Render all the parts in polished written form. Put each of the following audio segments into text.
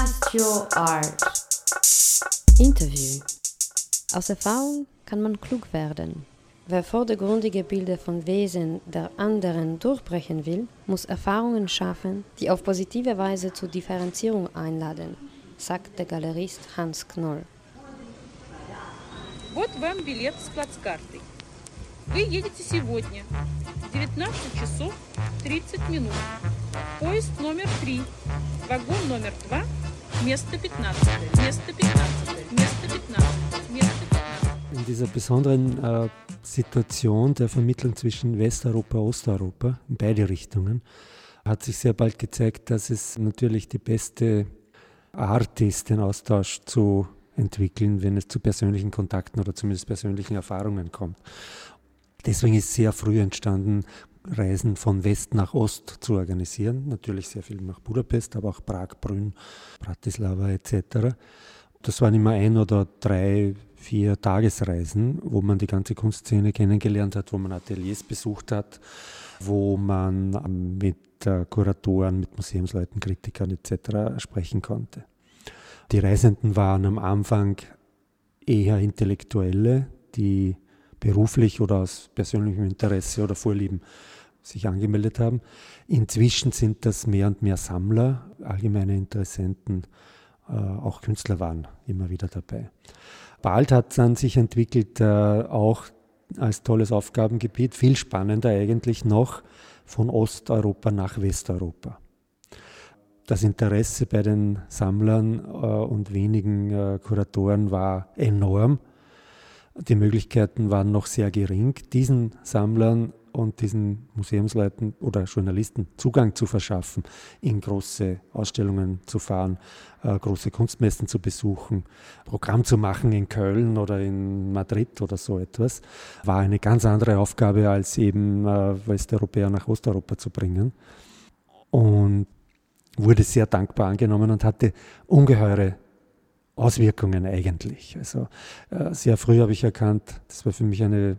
Podcast Your Art. Interview. Aus Erfahrung kann man klug werden. Wer vordergründige Bilder von Wesen der anderen durchbrechen will, muss Erfahrungen schaffen, die auf positive Weise zur Differenzierung einladen, sagt der Galerist Hans Knoll. Вот вам билет с плацкартой. Вы едете сегодня в 19 часов 30 минут. Поезд номер 3, вагон номер 2, место 15, место 15, место 15, место 15. In dieser besonderen Situation der Vermittlung zwischen Westeuropa und Osteuropa, in beide Richtungen, hat sich sehr bald gezeigt, dass es natürlich die beste Art ist, den Austausch zu entwickeln, wenn es zu persönlichen Kontakten oder zumindest persönlichen Erfahrungen kommt. Deswegen ist sehr früh entstanden, Reisen von West nach Ost zu organisieren. Natürlich sehr viel nach Budapest, aber auch Prag, Brünn, Bratislava etc. Das waren immer 1 oder 3, 4 Tagesreisen, wo man die ganze Kunstszene kennengelernt hat, wo man Ateliers besucht hat, wo man mit Kuratoren, mit Museumsleuten, Kritikern etc. sprechen konnte. Die Reisenden waren am Anfang eher Intellektuelle, die beruflich oder aus persönlichem Interesse oder Vorlieben sich angemeldet haben. Inzwischen sind das mehr und mehr Sammler, allgemeine Interessenten, auch Künstler waren immer wieder dabei. Bald hat es dann sich entwickelt, auch als tolles Aufgabengebiet, viel spannender eigentlich noch, von Osteuropa nach Westeuropa. Das Interesse bei den Sammlern und wenigen Kuratoren war enorm. Die Möglichkeiten waren noch sehr gering, diesen Sammlern und diesen Museumsleuten oder Journalisten Zugang zu verschaffen, in große Ausstellungen zu fahren, große Kunstmessen zu besuchen, Programm zu machen in Köln oder in Madrid oder so etwas, war eine ganz andere Aufgabe, als eben Westeuropäer nach Osteuropa zu bringen. Und wurde sehr dankbar angenommen und hatte ungeheure Auswirkungen eigentlich. Also sehr früh habe ich erkannt, das war für mich eine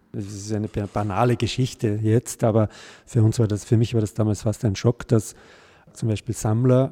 banale Geschichte jetzt, aber für mich war das damals fast ein Schock, dass zum Beispiel Sammler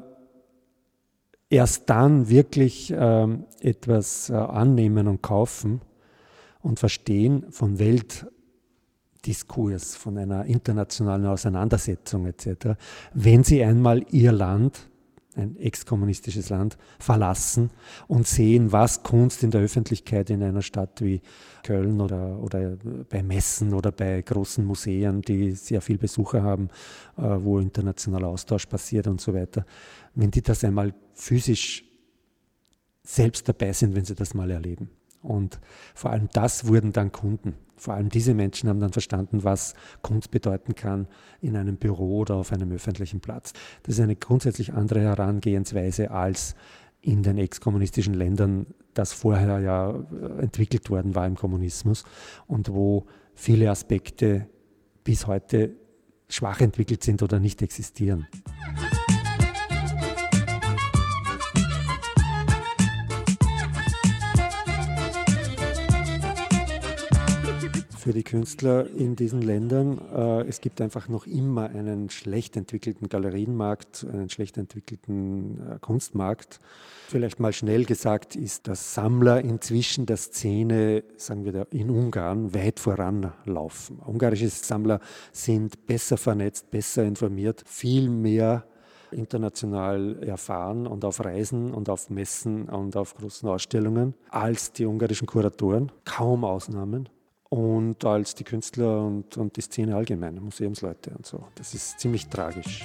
erst dann wirklich etwas annehmen und kaufen und verstehen von Weltdiskurs, von einer internationalen Auseinandersetzung etc., wenn sie einmal ihr Land, ein exkommunistisches Land, verlassen und sehen, was Kunst in der Öffentlichkeit in einer Stadt wie Köln oder bei Messen oder bei großen Museen, die sehr viel Besucher haben, wo internationaler Austausch passiert und so weiter, wenn die das einmal physisch selbst dabei sind, wenn sie das mal erleben. Und vor allem das wurden dann Kunden. Vor allem diese Menschen haben dann verstanden, was Kunst bedeuten kann in einem Büro oder auf einem öffentlichen Platz. Das ist eine grundsätzlich andere Herangehensweise als in den exkommunistischen Ländern, das vorher ja entwickelt worden war im Kommunismus und wo viele Aspekte bis heute schwach entwickelt sind oder nicht existieren. Für die Künstler in diesen Ländern, es gibt einfach noch immer einen schlecht entwickelten Galerienmarkt, einen schlecht entwickelten Kunstmarkt. Vielleicht mal schnell gesagt ist, dass Sammler inzwischen der Szene, sagen wir in Ungarn, weit voranlaufen. Ungarische Sammler sind besser vernetzt, besser informiert, viel mehr international erfahren und auf Reisen und auf Messen und auf großen Ausstellungen als die ungarischen Kuratoren, kaum Ausnahmen. Und als die Künstler und die Szene allgemein, Museumsleute und so. Das ist ziemlich tragisch.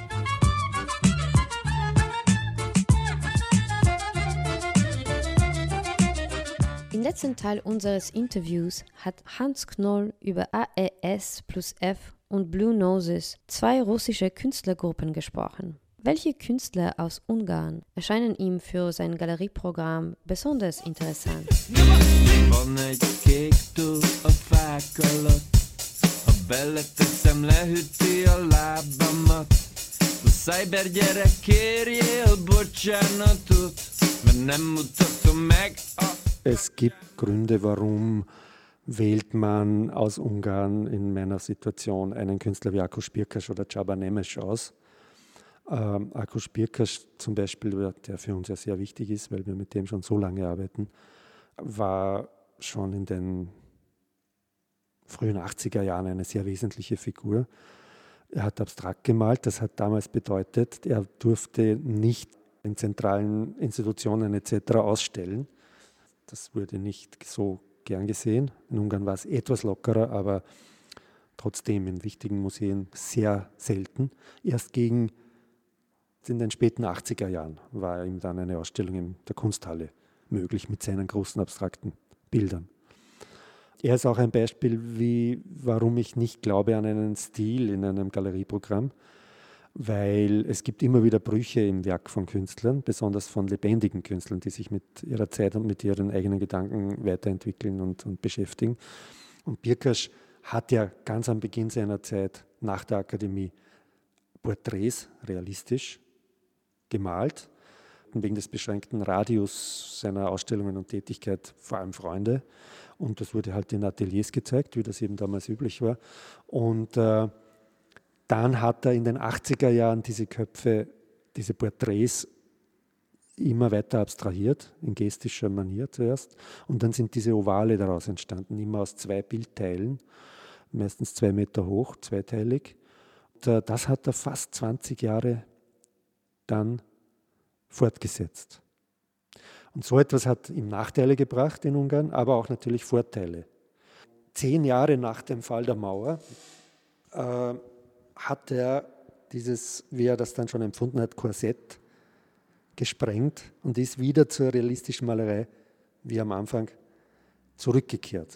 Im letzten Teil unseres Interviews hat Hans Knoll über AES+F und Blue Noses, 2 russische Künstlergruppen, gesprochen. Welche Künstler aus Ungarn erscheinen ihm für sein Galerieprogramm besonders interessant? Van egy kék túl a fák alatt, ha beleteszem, lehűti a lábamat. A cybergyerek, kérjél bocsánatot, mert nem mutatom meg a... Es gibt Gründe, warum wählt man aus Ungarn in meiner Situation einen Künstler wie Ákos Pirkas oder Csaba Nemes aus. Akos Birkas zum Beispiel, der für uns ja sehr wichtig ist, weil wir mit dem schon so lange arbeiten, war schon in den frühen 80er Jahren eine sehr wesentliche Figur. Er hat abstrakt gemalt, das hat damals bedeutet, er durfte nicht in zentralen Institutionen etc. ausstellen. Das wurde nicht so gern gesehen. In Ungarn war es etwas lockerer, aber trotzdem in wichtigen Museen sehr selten. Erst in den späten 80er Jahren war ihm dann eine Ausstellung in der Kunsthalle möglich mit seinen großen abstrakten Bildern. Er ist auch ein Beispiel, warum ich nicht glaube an einen Stil in einem Galerieprogramm, weil es gibt immer wieder Brüche im Werk von Künstlern, besonders von lebendigen Künstlern, die sich mit ihrer Zeit und mit ihren eigenen Gedanken weiterentwickeln und beschäftigen. Und Birkas hat ja ganz am Beginn seiner Zeit nach der Akademie Porträts realistisch gemalt, wegen des beschränkten Radius seiner Ausstellungen und Tätigkeit vor allem Freunde. Und das wurde halt in Ateliers gezeigt, wie das eben damals üblich war. Und dann hat er in den 80er Jahren diese Köpfe, diese Porträts immer weiter abstrahiert, in gestischer Manier zuerst. Und dann sind diese Ovale daraus entstanden, immer aus 2 Bildteilen, meistens 2 Meter hoch, zweiteilig. Und das hat er fast 20 Jahre dann fortgesetzt. Und so etwas hat ihm Nachteile gebracht in Ungarn, aber auch natürlich Vorteile. 10 Jahre nach dem Fall der Mauer hat er dieses, wie er das dann schon empfunden hat, Korsett gesprengt und ist wieder zur realistischen Malerei, wie am Anfang, zurückgekehrt.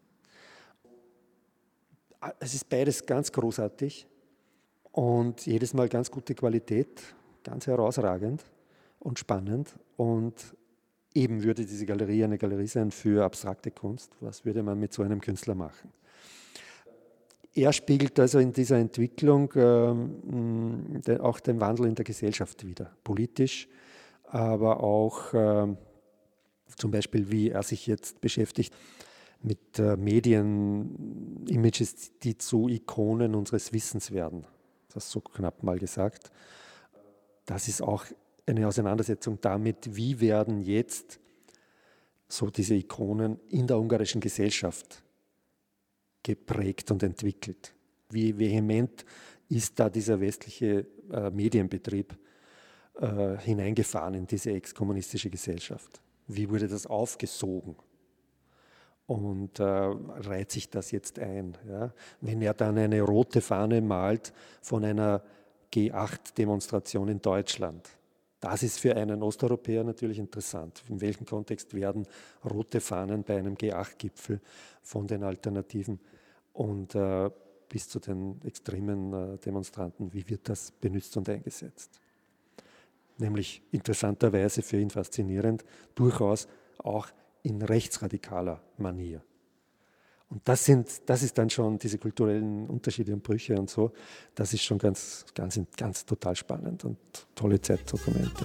Es ist beides ganz großartig und jedes Mal ganz gute Qualität, ganz herausragend und spannend. Und eben würde diese Galerie eine Galerie sein für abstrakte Kunst. Was würde man mit so einem Künstler machen? Er spiegelt also in dieser Entwicklung auch den Wandel in der Gesellschaft wider. Politisch, aber auch zum Beispiel, wie er sich jetzt beschäftigt mit Medien-Images, die zu Ikonen unseres Wissens werden. Das ist so knapp mal gesagt. Das ist auch eine Auseinandersetzung damit, wie werden jetzt so diese Ikonen in der ungarischen Gesellschaft geprägt und entwickelt. Wie vehement ist da dieser westliche Medienbetrieb hineingefahren in diese exkommunistische Gesellschaft? Wie wurde das aufgesogen? Und reiht sich das jetzt ein? Ja? Wenn er dann eine rote Fahne malt von einer G8-Demonstration in Deutschland, das ist für einen Osteuropäer natürlich interessant. In welchem Kontext werden rote Fahnen bei einem G8-Gipfel von den Alternativen und bis zu den extremen Demonstranten, wie wird das benutzt und eingesetzt? Nämlich interessanterweise für ihn faszinierend, durchaus auch in rechtsradikaler Manier. Und das ist dann schon diese kulturellen Unterschiede und Brüche und so, das ist schon ganz total spannend und tolle Zeitdokumente.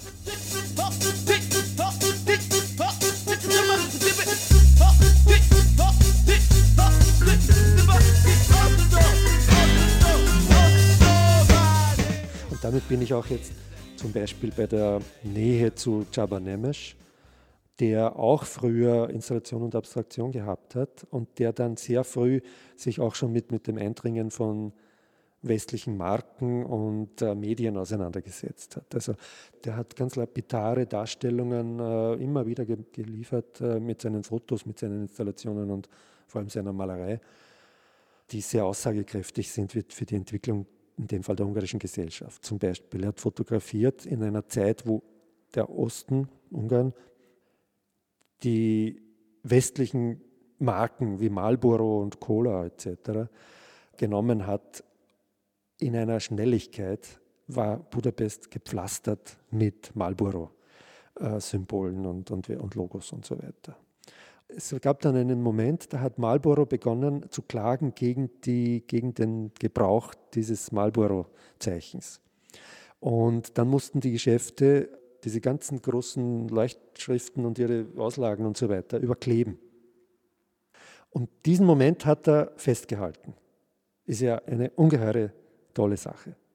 Und damit bin ich auch jetzt zum Beispiel bei der Nähe zu Csaba Nemes, der auch früher Installation und Abstraktion gehabt hat und der dann sehr früh sich auch schon mit dem Eindringen von westlichen Marken und Medien auseinandergesetzt hat. Also der hat ganz lapidare Darstellungen immer wieder geliefert mit seinen Fotos, mit seinen Installationen und vor allem seiner Malerei, die sehr aussagekräftig sind für die Entwicklung, in dem Fall der ungarischen Gesellschaft. Zum Beispiel, er hat fotografiert in einer Zeit, wo der Osten, Ungarn, die westlichen Marken wie Marlboro und Cola etc. genommen hat. In einer Schnelligkeit war Budapest gepflastert mit Marlboro-Symbolen und Logos und so weiter. Es gab dann einen Moment, da hat Marlboro begonnen zu klagen gegen den Gebrauch dieses Marlboro-Zeichens. Und dann mussten die Geschäfte diese ganzen großen Leuchtschriften und ihre Auslagen und so weiter überkleben. Und diesen Moment hat er festgehalten. Ist ja eine ungeheure tolle Sache.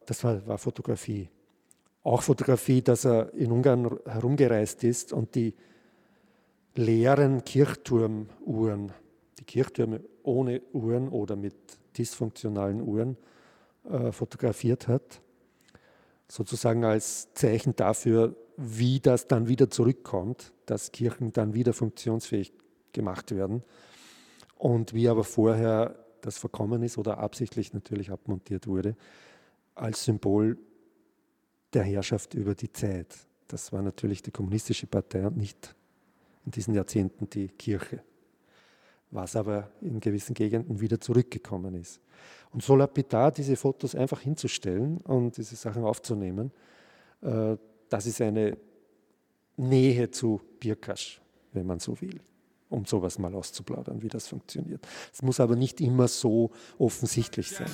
Das war Fotografie. Auch Fotografie, dass er in Ungarn herumgereist ist und die leeren Kirchturmuhren, die Kirchtürme ohne Uhren oder mit dysfunktionalen Uhren fotografiert hat, sozusagen als Zeichen dafür, wie das dann wieder zurückkommt, dass Kirchen dann wieder funktionsfähig gemacht werden und wie aber vorher das verkommen ist oder absichtlich natürlich abmontiert wurde, als Symbol der Herrschaft über die Zeit. Das war natürlich die kommunistische Partei und nicht in diesen Jahrzehnten die Kirche, was aber in gewissen Gegenden wieder zurückgekommen ist. Und so lapidar diese Fotos einfach hinzustellen und diese Sachen aufzunehmen, das ist eine Nähe zu Birkasch, wenn man so will, um sowas mal auszuplaudern, wie das funktioniert. Es muss aber nicht immer so offensichtlich sein.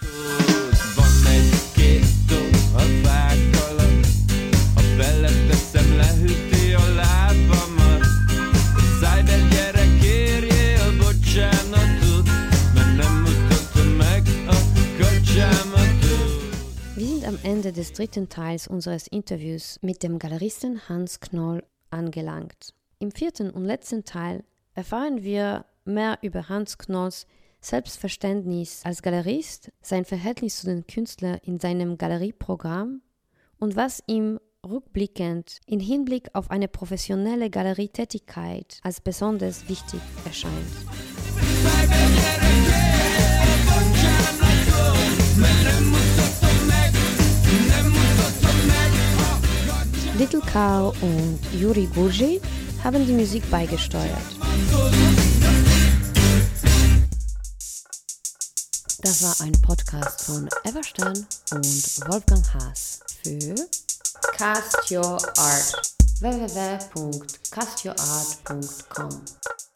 Wir sind am Ende des dritten Teils unseres Interviews mit dem Galeristen Hans Knoll angelangt. Im vierten und letzten Teil erfahren wir mehr über Hans Knolls Selbstverständnis als Galerist, sein Verhältnis zu den Künstlern in seinem Galerieprogramm und was ihm rückblickend im Hinblick auf eine professionelle Galerietätigkeit als besonders wichtig erscheint. Little Carl und Yuri Burji haben die Musik beigesteuert. Das war ein Podcast von Eva Stern und Wolfgang Haas für Cast Your Art. www.castyourart.com